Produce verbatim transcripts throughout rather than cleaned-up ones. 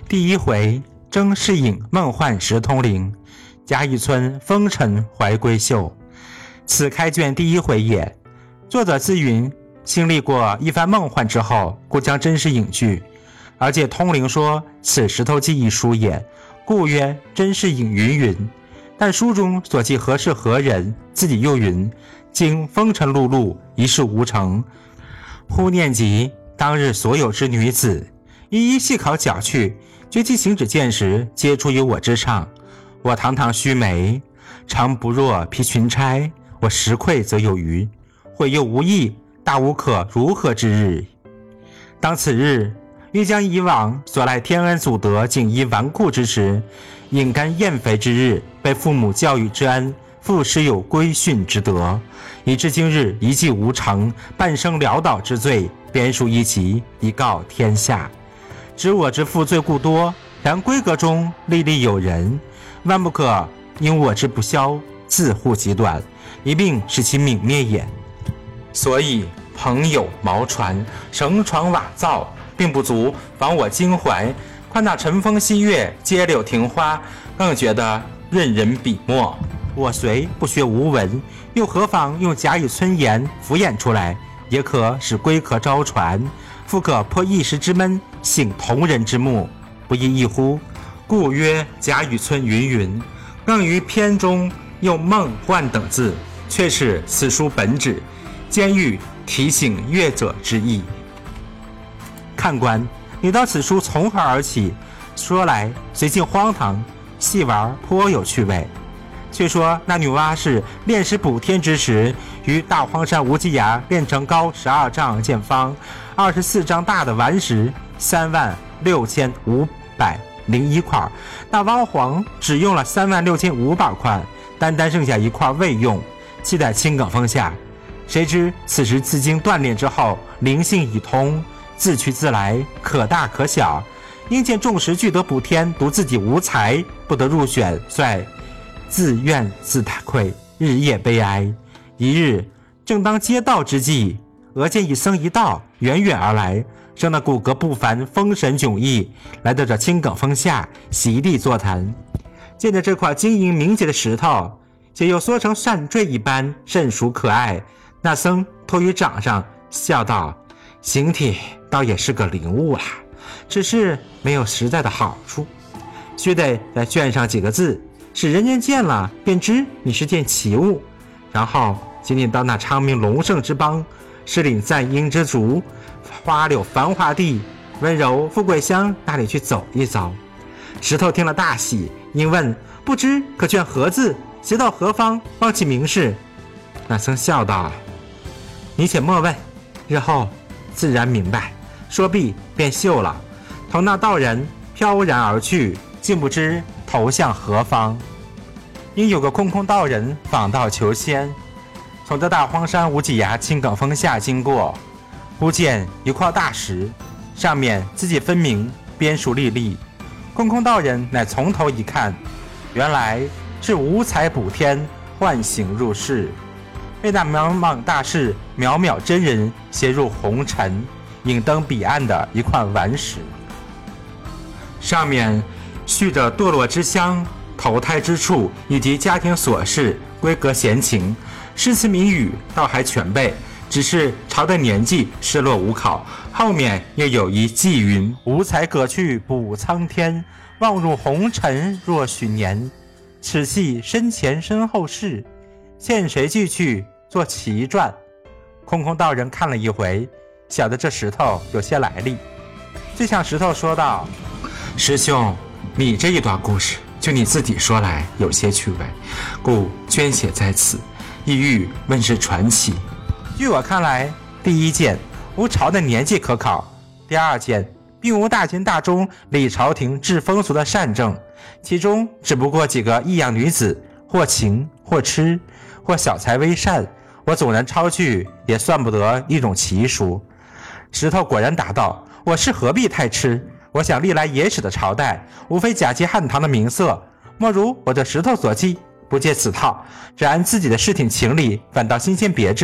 第一回，征士隐梦幻石通灵，贾雨村风尘怀闺秀。此开卷第一回也。作者自云，经历过一番梦幻之后，故将甄士隐句，而借通灵说此石头记一书也，故曰甄士隐云云。但书中所记何事何人，自己又云，经风尘碌碌，一事无成。忽念及当日所有之女子，一一细考绞去，觉其行止见识，皆出于我之上。我堂堂须眉，常不若披裙钗，我实愧则有余，悔又无益，大无可如何之日。当此日，欲将以往所赖天恩祖德仅依纨绔之时，饮干厌肥之日，被父母教育之恩，父师有规训之德，以至今日一计无成，半生潦倒之罪，编书一集，以告天下。知我之负罪故多，然闺阁中历历有人，万不可因我之不肖，自护其短，一并使其泯灭也。所以朋友毛船，绳床瓦灶，并不足妨我襟怀，况那晨风夕月，街柳庭花，更觉得润人笔墨。我虽不学无文，又何妨用贾雨村言敷衍出来，也可使龟壳招传，复可破一时之闷，醒同人之目，不亦异乎？故曰贾雨村云云，更于篇中用梦幻等字，却是此书本旨，兼欲提醒阅者之意。看官，你道此书从何而起？说来虽近荒唐，细玩颇有趣味。却说那女娲是炼石补天之时，于大荒山无稽崖炼成高十二丈见方、二十四丈大的顽石三万六千五百零一块，那娲皇只用了三万六千五百块，单单剩下一块未用，期待青埂峰下。谁知此时自经锻炼之后，灵性已通，自去自来，可大可小。因见众石俱得补天，独自己无才，不得入选，遂自怨自愧，日夜悲哀。一日正当接道之际，俄见一僧一道远远而来，生得骨骼不凡，风神迥异，来到这青埂峰下，席地坐谈。见着这块晶莹明洁的石头，且又缩成扇坠一般，甚属可爱。那僧托于掌上，笑道：形体倒也是个灵物啦，只是没有实在的好处，须得再卷上几个字，使人间见了便知你是件奇物，然后请你到那昌明隆盛之邦，狮岭赞英之族，花柳繁华地，温柔富贵乡那里去走一遭。石头听了大喜，因问：不知可卷何字，携到何方，望其名士。那僧笑道：你且莫问，日后自然明白。说毕便袖了，同那道人飘然而去，竟不知投向何方。因有个空空道人访道求仙，从这大荒山无稽崖青埂峰下经过，忽见一块大石，上面字迹分明，编书历历。空空道人乃从头一看，原来是无才补天，唤醒入世，被那茫茫大士渺渺真人携入红尘，引登彼岸的一块顽石，上面续着堕落之乡、投胎之处以及家庭琐事、闺阁闲情，诗词谜语倒还全备，只是朝的年纪失落无考。后面又有一寄云：无才可去补苍天，望入红尘若许年，此系身前身后事，欠谁寄去做奇传。空空道人看了一回，晓得这石头有些来历，就向石头说道：师兄，你这一段故事就你自己说来有些趣味，故捐写在此，意欲问世传奇。据我看来，第一件无朝的年纪可考，第二件并无大秦大中理朝廷治风俗的善政，其中只不过几个异样女子，或情或痴或小才微善，我总然抄去也算不得一种奇书。石头果然答道：我是何必太痴，我想历来野史的朝代，无非假借汉唐的名色，莫如我这石头所记，不借此套，只按自己的事情情理，反倒新鲜别致，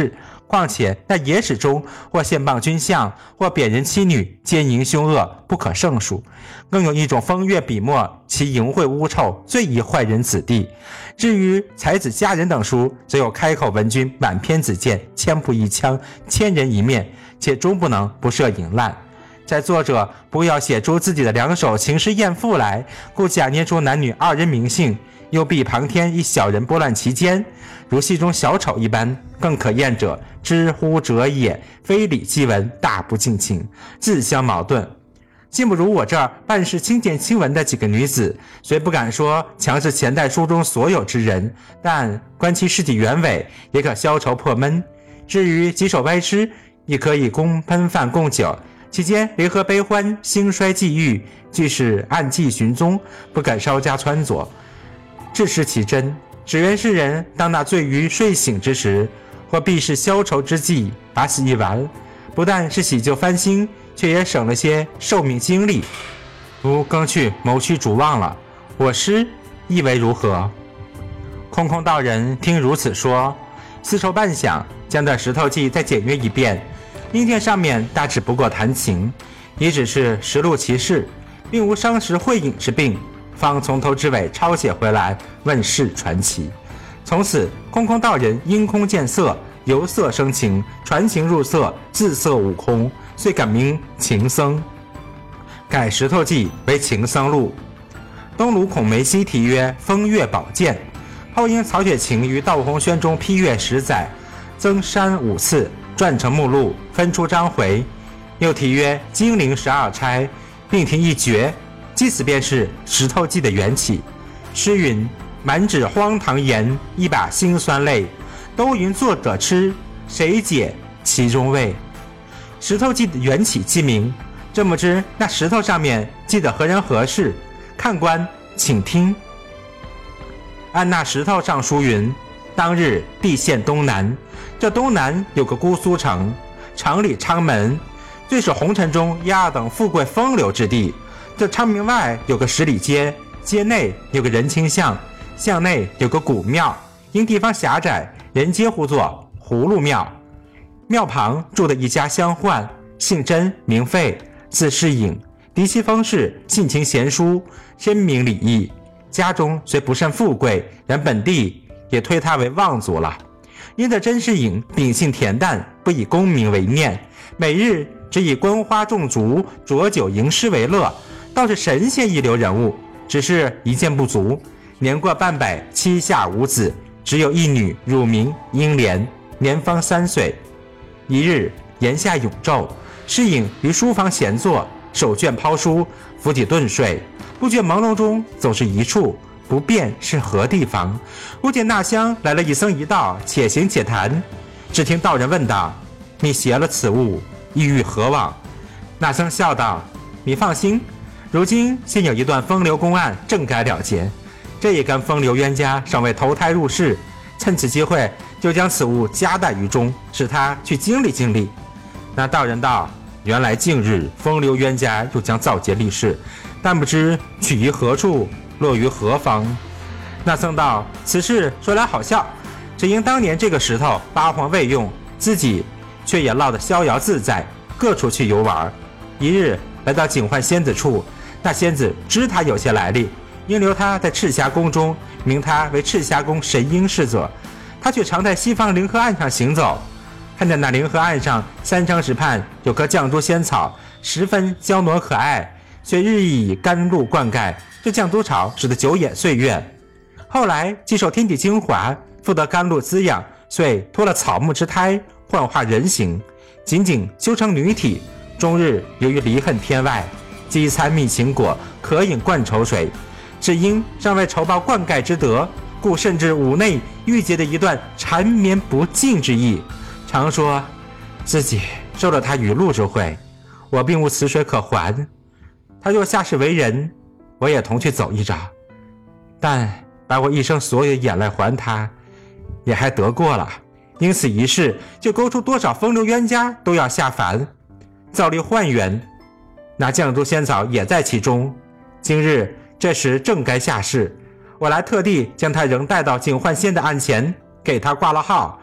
况且那野史中或献谤君相，或贬人妻女，奸淫凶恶，不可胜数。更有一种风月笔墨，其淫秽污臭，最宜坏人子弟。至于才子佳人等书，则有开口闻君，满篇子建，千步一枪，千人一面，且终不能不涉淫滥。在作者不要写出自己的两手情诗艳妇来，故假捏出男女二人名姓，又避旁天一小人拨乱其间，如戏中小丑一般。更可厌者，知乎者也，非礼即文，大不敬情，自相矛盾。竟不如我这儿办事轻简轻文的几个女子，虽不敢说强是前代书中所有之人，但观其事迹原委，也可消愁破闷。至于几首歪诗，亦可以供喷饭供酒，其间离合悲欢，兴衰际遇，俱是暗记寻踪，不敢稍加撺佐，自失其真。只愿世人当那醉于睡醒之时，或必是消愁之际，把此一完，不但是喜旧翻新，却也省了些寿命精力，吾更去谋取主望了。我师意为如何？空空道人听如此说，思愁半晌，将这石头记再简约一遍。音帖上面大致不过弹琴，也只是实录其事，并无伤时会影之病，方从头至尾抄写回来，问世传奇。从此空空道人因空见色，由色生情，传情入色，自色悟空，遂改名情僧，改石头记为情僧录。东鲁孔梅溪题曰风月宝鉴，后因曹雪芹于道洪轩中批阅十载，增删五次，撰成目录，分出章回。又题曰金陵十二钗，并题一绝，即此便是石头记的缘起。诗云：满纸荒唐言，一把辛酸泪，都云作者痴，谁解其中味。石头记的缘起记名，这么知那石头上面记得何人何事？看官请听。按那石头上书云：当日地陷东南，这东南有个姑苏城，城里昌门，最是红尘中压等富贵风流之地。这昌门外有个十里街，街内有个人清巷，巷内有个古庙，因地方狭窄，人皆呼作葫芦庙。庙旁住的一家乡宦，姓甄名费，字世隐，嫡妻封氏，性情贤淑，深明礼义。家中虽不甚富贵，然本地也推他为望族了。因这甄世隐秉性恬淡，不以功名为念，每日只以观花种竹，酌酒吟诗为乐，倒是神仙一流人物。只是一件不足，年过半百，膝下无子，只有一女，乳名英莲，年方三岁。一日檐下永昼，世隐于书房闲坐，手卷抛书，伏体顿睡，不觉朦胧中总是一处，不辨是何地方。忽见那厢来了一僧一道，且行且谈。只听道人问道：你携了此物，意欲何往？那僧笑道：你放心，如今现有一段风流公案，正该了结。这一干风流冤家尚未投胎入世，趁此机会就将此物夹带于中，使他去经历经历。那道人道：原来近日风流冤家又将造劫立世，但不知取于何处，落于何方。那僧道：此事说来好笑，只因当年这个石头八荒未用，自己却也落得逍遥自在，各处去游玩。一日来到警幻仙子处，那仙子知他有些来历，因留他在赤霞宫中，名他为赤霞宫神瑛侍者。他却常在西方灵河岸上行走，看见那灵河岸上三生石畔有棵绛珠仙草，十分娇糯可爱，却日益以甘露灌溉，这绛珠草使得久掩岁月。后来既受天地精华，复得甘露滋养，遂脱了草木之胎，幻化人形，仅仅修成女体。终日由于离恨天外，饥餐蜜情果，渴饮灌愁水，只因尚未酬报灌溉之德，故甚至五内郁结的一段缠绵不尽之意。常说自己受了他雨露之惠，我并无此水可还。他若下世为人，我也同去走一遭，但把我一生所有眼泪还他，也还得过了。因此一事，就勾出多少风流冤家都要下凡，造立幻缘。那绛珠仙草也在其中。今日这时正该下世，我来特地将他仍带到警幻仙的案前，给他挂了号。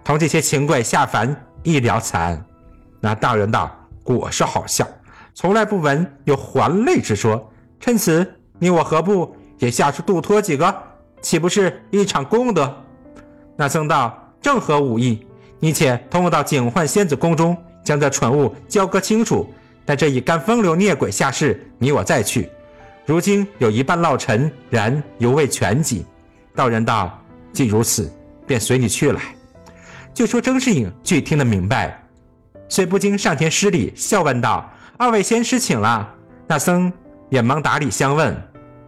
同这些情鬼下凡一了惨。那大人道：果是好笑，从来不闻有还泪之说，趁此你我何不也下去度脱几个，岂不是一场功德？那僧道：正合吾意，你且同我到警幻仙子宫中，将这蠢物交割清楚，但这一干风流孽鬼下世，你我再去。如今有一半落尘，然犹未全己。道人道：既如此，便随你去来。就说甄士隐俱听得明白，遂不禁上前施礼，笑问道：二位仙师请了。那僧也忙打礼相问。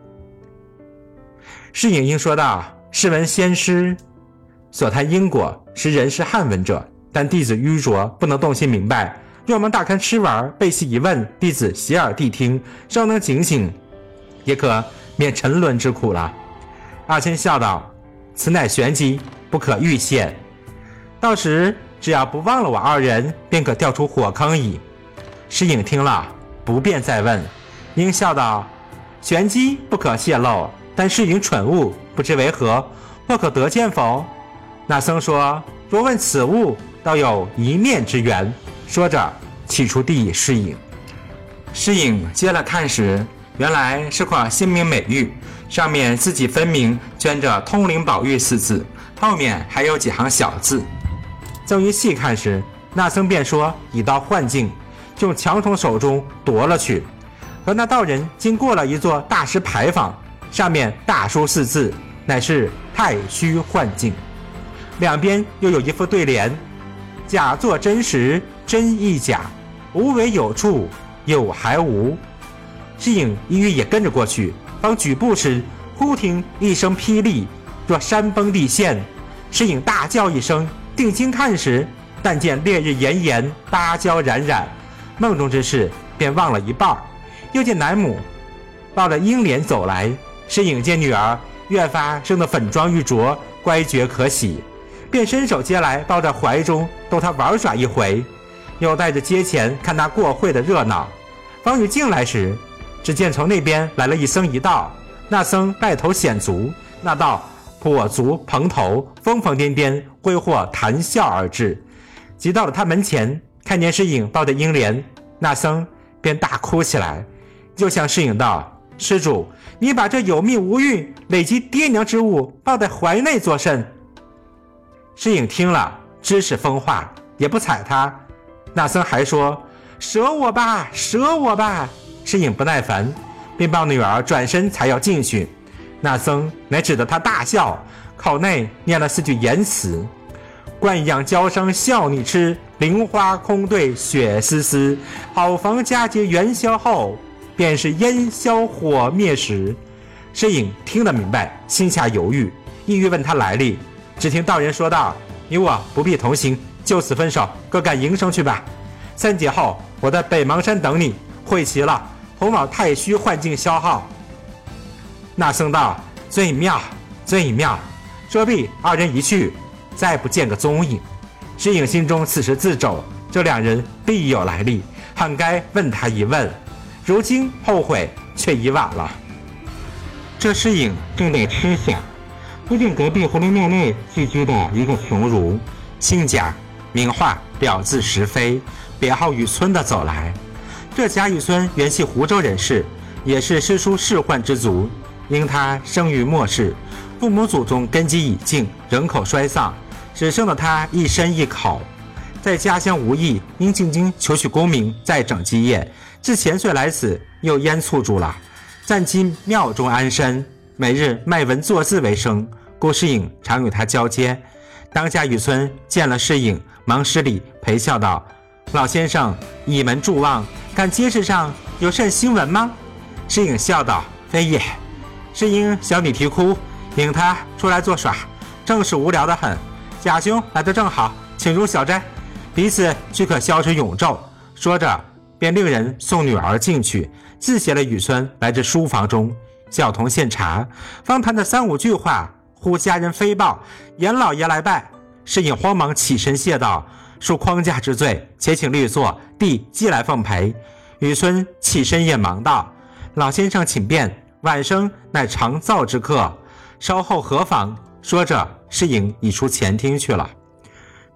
士隐应说道：试闻仙师所谈因果，实人是汉文者，但弟子愚拙，不能动心明白。若蒙大堪吃玩，背细一问，弟子洗耳谛听，稍能警醒，也可免沉沦之苦了。二仙笑道：此乃玄机，不可预现，到时只要不忘了我二人，便可掉出火坑矣。施颖听了，不便再问，应笑道：玄机不可泄露，但施颖蠢物，不知为何，或可得见否？那僧说：若问此物，倒有一面之缘。说着起出递以施颖。施颖接了看时，原来是块鲜明美玉，上面字迹分明，镌着通灵宝玉四字，后面还有几行小字。赠于细看时，那僧便说以刀换境，就强从手中夺了去。可那道人经过了一座大石牌坊，上面大书四字，乃是太虚幻境，两边又有一副对联：假作真实，真亦假，无为有处，有还无。施颖一语也跟着过去，方举步时，忽听一声霹雳，若山崩地陷。施颖大叫一声，定睛看时，但见烈日炎炎，芭蕉冉冉，梦中之事便忘了一半。又见南母抱着英莲走来，施颖见女儿越发生得粉妆玉琢，乖觉可喜，便伸手接来，抱在怀中，逗她玩耍一回，又带着街前看她过会的热闹。方与进来时，只见从那边来了一僧一道，那僧带头显足，那道跛足蓬头，疯疯癫癫，挥霍谈笑而至。即到了他门前，看见施颖抱着英莲，那僧便大哭起来，就向施颖道：施主，你把这有命无运、累及爹娘之物抱在怀内作甚？施颖听了，知是疯话，也不睬他。那僧还说：舍我吧，舍我吧。施颖不耐烦，便抱女儿转身才要进去。那僧乃指着他大笑，口内念了四句言辞：惯养娇生笑你痴，菱花空对雪丝丝，好房佳节元宵后，便是烟消火灭时。施颖听得明白，心下犹豫，意欲问他来历。只听道人说道：你我不必同行，就此分手，各干营生去吧。三节后，我在北邙山等你，会齐了，同往太虚幻境消耗。那僧道：最妙，最妙。说毕，二人一去，再不见个踪影。施颖心中此时自肘，这两人必有来历，很该问他一问。如今后悔却已晚了。这施颖正在痴想，忽见隔壁狐狸庙内寄居的一个穷儒，姓贾，名化，表字石飞，别号雨村的走来。这贾雨村原系湖州人士，也是诗书仕宦之族。因他生于末世，父母祖宗根基已尽，人口衰丧，只剩了他一身一口。在家乡无益，因进京求取功名，再整基业，至前岁来此，又烟促住了，暂居庙中安身，每日卖文作字为生。顾施颖常与他交接。当家雨村见了施颖，忙施礼，陪笑道：老先生倚门祝望，看街市上有甚新闻吗？施颖笑道：非也，是因小女啼哭，引他出来作耍，正是无聊得很。贾兄来得正好，请入小斋，彼此俱可消除永昼。说着便令人送女儿进去，自携了雨村来至书房中，小童献茶，方谈的三五句话，忽家人飞报严老爷来拜。施颖慌忙起身谢道：恕框架之罪，且请律坐，弟即来奉陪。雨村起身也忙道：老先生请便，晚生乃常造之客，稍后何妨？说着施颖已出前厅去了。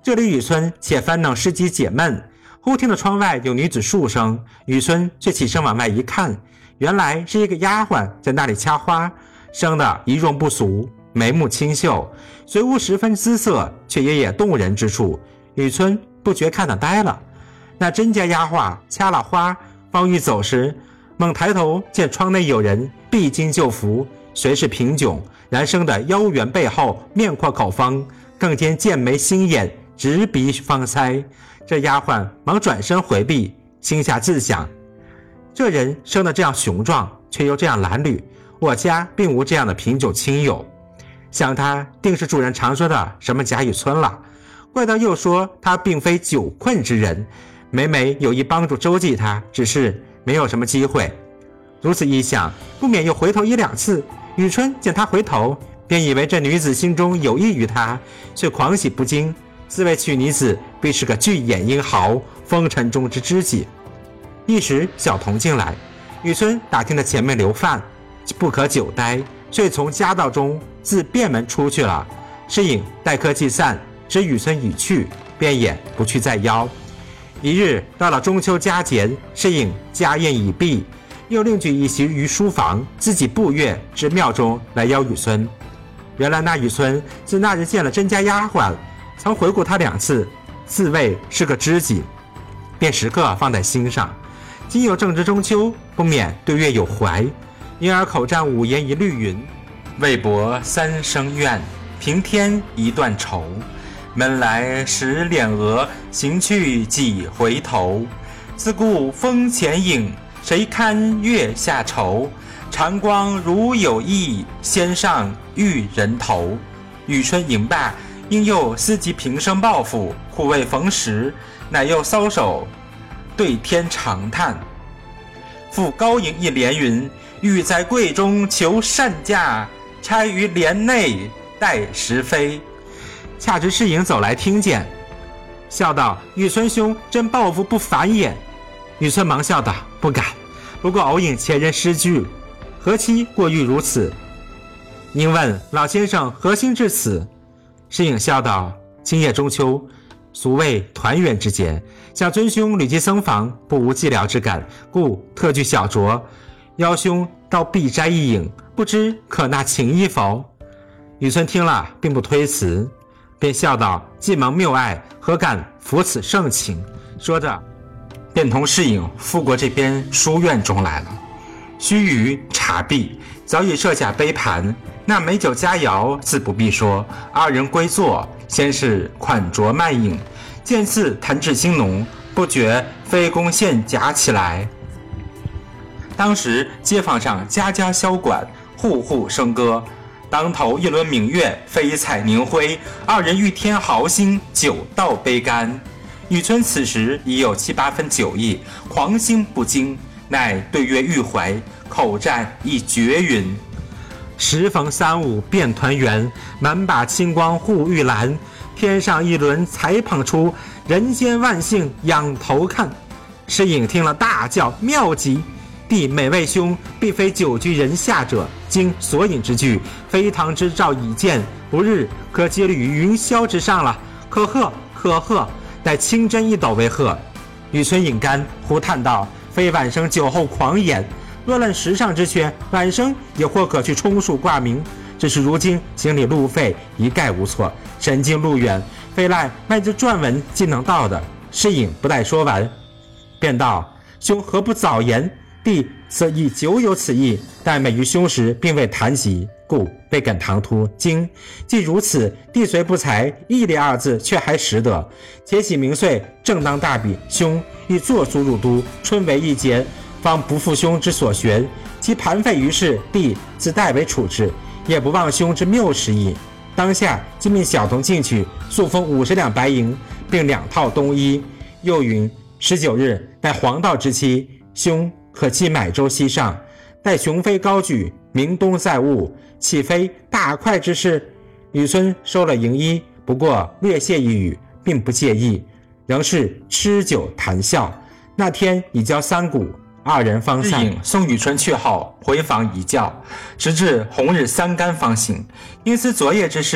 这里雨村且烦恼事机解闷，忽听到窗外有女子诉声，雨村却起身往外一看，原来是一个丫鬟在那里掐花，生得仪容不俗，眉目清秀，虽无十分姿色，却也有动人之处。雨村不觉看得呆了。那甄家丫鬟掐了花，方欲走时，猛抬头见窗内有人，必经旧服，虽是贫窘，然生得腰圆背厚，面阔口方，更兼剑眉星眼，直鼻方腮。这丫鬟忙转身回避，心下自想，这人生得这样雄壮，却又这样褴褛，我家并无这样的贫窘亲友，想他定是主人常说的什么贾雨村了。怪道又说他并非久困之人，每每有意帮助周济他，只是没有什么机会。如此一想，不免又回头一两次。雨村见他回头，便以为这女子心中有意于他，却狂喜不惊，自谓娶女子必是个巨眼英豪，风尘中之知己。一时小童进来，雨村打听的前面留饭，不可久待，遂从家道中自便门出去了。适应待客既散，知雨村已去，便也不去再邀。一日到了中秋佳节，适应家宴已毕，又另举一席于书房，自己步月至庙中来邀雨村。原来那雨村自那日见了甄家丫鬟，曾回顾他两次，自谓是个知己，便时刻放在心上。今有正值中秋，不免对月有怀，因而口占五言一律云：为博三生怨，平添一段愁。门来时敛额，行去几回头。自顾风前影，谁堪月下愁？长光如有意，先上玉人头。雨春迎罢，因又思及平生抱负，苦未逢时，乃又搔首对天长叹。复高吟一联云：欲在柜中求善价，钗于帘内待时飞。恰值世颖走来听见，笑道：雨村兄真抱负不凡也。雨村忙笑道：不敢，不过偶引前人诗句，何期过欲如此？应问老先生何心至此？世颖笑道：今夜中秋，俗谓团圆之节，想尊兄旅居僧房，不无寂寥之感，故特具小酌，邀兄到碧斋一饮，不知可纳情意否？雨村听了并不推辞，便笑道：既蒙谬爱，何敢负此盛情？说着便同世颖赴过这边书院中来了。须臾茶毕，早已设下杯盘，那美酒佳肴自不必说。二人归坐，先是款酌慢饮，渐次谈至兴浓，不觉飞弓献夹起来。当时街坊上家家箫管，户户笙歌，当头一轮明月，飞彩凝辉，二人欲添豪兴，酒到杯干。雨村此时已有七八分酒意，狂心不惊，乃对月欲怀，口占一绝云：时逢三五便团圆，满把清光护玉兰，天上一轮才捧出，人间万幸仰头看。诗颖听了大叫：妙极！弟每位兄必非久居人下者，今所饮之具，非堂之兆已见，不日可接履于云霄之上了。可贺可贺！乃清真一斗为贺。雨村饮干，忽叹道：非晚生酒后狂言，若论时尚之缺，晚生也或可去充数挂名，只是如今行李路费一概无措，神经路远，非赖卖这撰文既能到的。诗颖不待说完，便道：兄何不早言？弟此亦久有此意，但每于兄时并未谈及，故未敢唐突。今既如此，弟虽不才，义理二字却还识得。且喜明岁正当大比，兄欲作书入都，春为一节，方不负兄之所学，其盘费于世，弟自代为处置，也不忘兄之谬识矣。当下即命小童进去，速封五十两白银，并两套冬衣。又云十九日待黄道之期，兄可弃买舟西上，待雄飞高举，明冬载物，岂非大快之事？雨村收了银衣，不过略谢一语，并不介意，仍是吃酒谈笑。那天已交三鼓，二人方散。送雨村去后，回房一觉，直至红日三竿方醒。因思昨夜之事，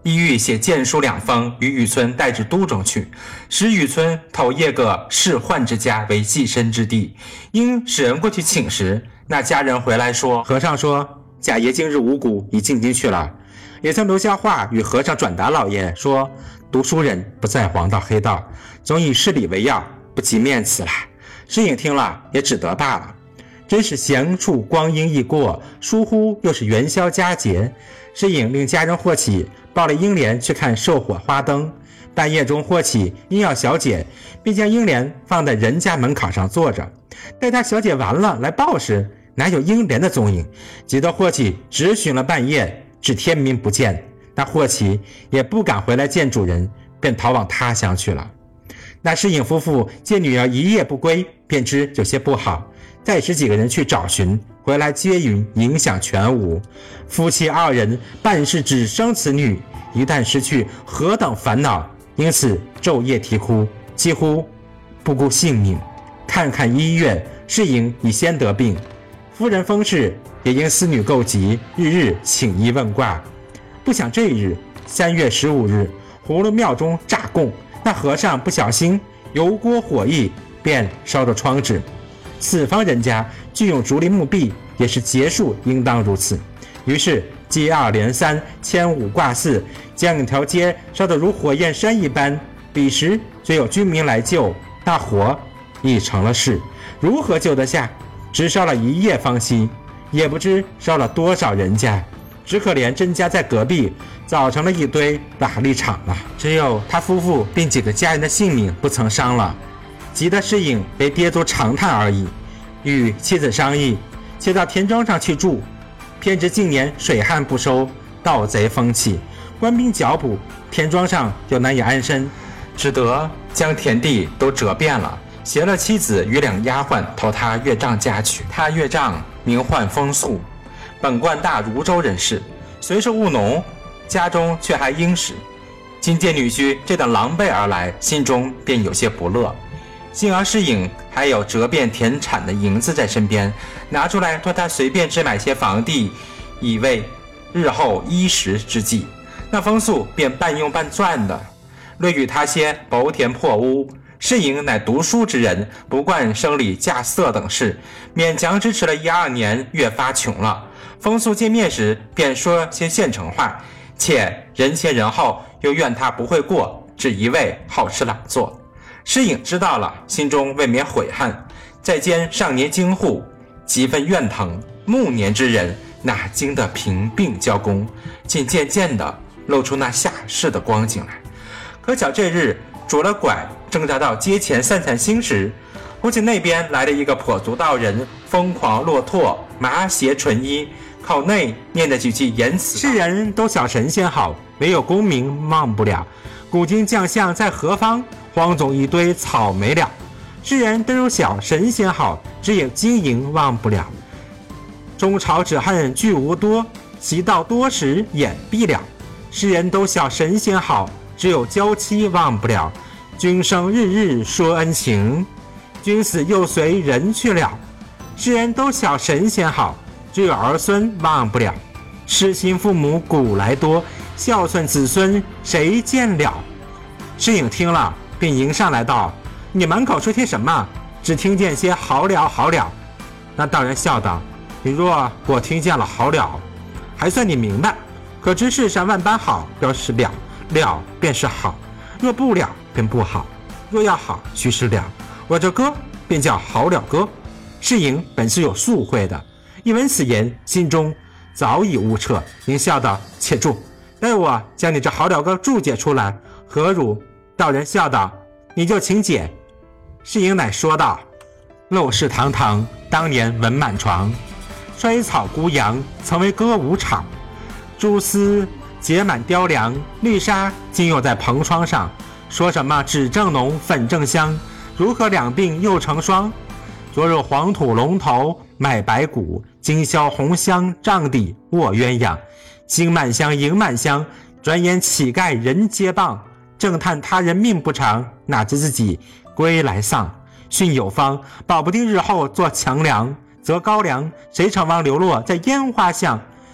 意欲写荐书两封，与雨村带至都中去，使雨村投谒个仕宦之家为寄身之地。因使人过去请时，那家人回来说，和尚说贾爷今日无谷，已进京去了。也曾留下话与和尚转达老爷说，读书人不在黄道黑道，总以事理为要，不及面子了。诗颖听了也只得罢了。真是闲处光阴易过，疏忽又是元宵佳节。诗颖令家人霍启抱了英莲去看寿火花灯。半夜中，霍启因要小姐，便将英莲放在人家门槛上坐着。待他小姐完了来报时，哪有英莲的踪影？急得霍启直寻了半夜，至天明不见。那霍启也不敢回来见主人，便逃往他乡去了。那诗颖夫妇见女儿一夜不归，便知有些不好，再使几个人去找寻，回来皆云影响全无。夫妻二人半世只生此女，一旦失去，何等烦恼！因此昼夜啼哭，几乎不顾性命。看看医院，诗颖已先得病，夫人封氏也因思女够急，日日请医问卦。不想这一日，三月十五日，葫芦庙中炸供，那和尚不小心油锅火溢，便烧着窗纸。此方人家具用竹林木壁，也是结束应当如此。于是接二连三，牵五挂四，将一条街烧得如火焰山一般。彼时虽有军民来救，那火已成了事，如何救得下？只烧了一夜方息，也不知烧了多少人家。只可怜甄家在隔壁，造成了一堆瓦砾场了。只有他夫妇并几个家人的性命不曾伤了，急得诗颖为跌足长叹而已。与妻子商议，且到田庄上去住。偏知近年水旱不收，盗贼风起，官兵剿捕，田庄上又难以安身，只得将田地都折遍了，携了妻子与两丫鬟投他岳丈家去。他岳丈名唤风素，本贯大汝州人士，虽是务农，家中却还殷实。今见女婿这等狼狈而来，心中便有些不乐。幸而诗颖还有折遍田产的银子在身边，拿出来托他随便置买些房地，以为日后衣食之计。那风素便半用半赚的，略与他些薄田破屋。诗颖乃读书之人，不惯生理嫁色等事，勉强支持了一二年，越发穷了。风素见面时便说些现成话，且人前人后又怨他不会过，只一味好吃懒做。诗颖知道了，心中未免悔恨，再兼上年京户，几分怨疼。暮年之人哪经得平病交工，竟渐渐地露出那下世的光景来。可巧这日拄了拐，挣扎到街前散散心时，忽见那边来了一个跛足道人，疯狂落拓，麻鞋纯衣，口内念着几句言辞：世人都晓神仙好，唯有功名忘不了。古今将相在何方？荒冢一堆草没了。世人都有晓神仙好，只有金银忘不了。中朝只恨聚无多，其道多时眼闭了。世人都晓神仙好，只有娇妻忘不了。君生日日说恩情，君死又随人去了。世人都晓神仙好，只有儿孙忘不了。痴心父母古来多，孝顺子孙谁见了？诗颖听了便迎上来道：你满口说些什么？只听见些好了好了。那道人笑道：你若我听见了好了，还算你明白。可知世上万般好，要是了了便是好，若不了便不好。若要好，须是了。我这歌便叫好了歌。诗颖本是有素会的，一闻此言，心中早已悟彻，应笑道：且住，待我将你这好了歌注解出来，何如？道人笑道：你就请解。诗颖乃说道：陋室堂堂，当年文满床，衰草孤杨，曾为歌舞场。蛛丝结满雕梁，绿纱今又在蓬窗上。说什么脂正浓，粉正香，如何两鬓又成霜？昨日黄土龙头买白骨，今宵红香帐底卧鸳鸯。金满箱银满箱，转眼乞丐人皆谤。正叹他人命不长，哪知自己归来丧。训有方，保不定日后做强梁，则高粱谁成王流落在烟花巷。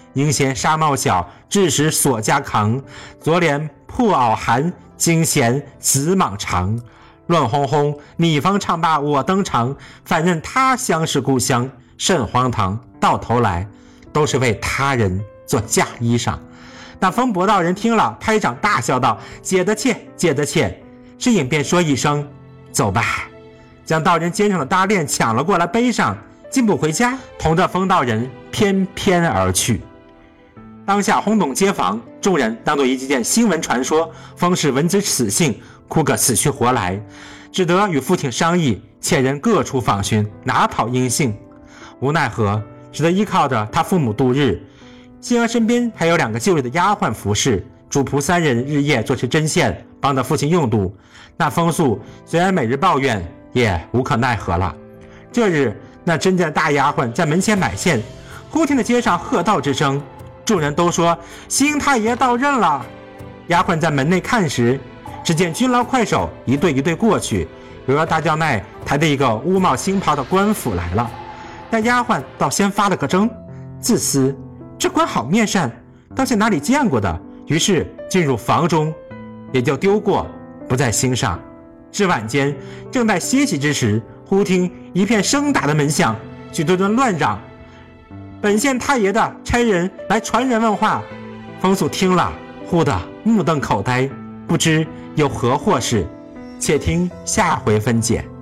应嫌纱帽小，致使锁枷扛。左脸破袄寒，惊嫌子蟒长。乱哄哄，你方唱罢我登场，反认他乡是故乡，甚荒唐。到头来都是为他人做嫁衣裳。那风伯道人听了，拍掌大笑道：解得切，解得切。士隐便说一声走吧，将道人肩上的搭链抢了过来，背上进不回家，同着风道人翩翩而去。当下轰动街坊，众人当作一件新闻传说。风氏闻知此信，哭个死去活来，只得与父亲商议，遣人各处访寻，哪讨音信。无奈何，只得依靠着他父母度日。幸而身边还有两个旧日的丫鬟服侍，主仆三人日夜做持针线，帮着父亲用度。那风素虽然每日抱怨，也无可奈何了。这日，那针线大丫鬟在门前买线，忽听得街上喝道之声，众人都说新太爷到任了。丫鬟在门内看时，只见军牢快手一对一对过去，有个大轿内抬着一个乌帽新袍的官府来了。但丫鬟倒先发了个怔，自思这官好面善，倒像哪里见过的，于是进入房中，也就丢过，不在心上。至晚间，正在歇息之时，忽听一片声大的门响，许多人乱嚷：本县太爷的差人来传人问话。风素听了，忽的目瞪口呆，不知有何祸事，且听下回分解。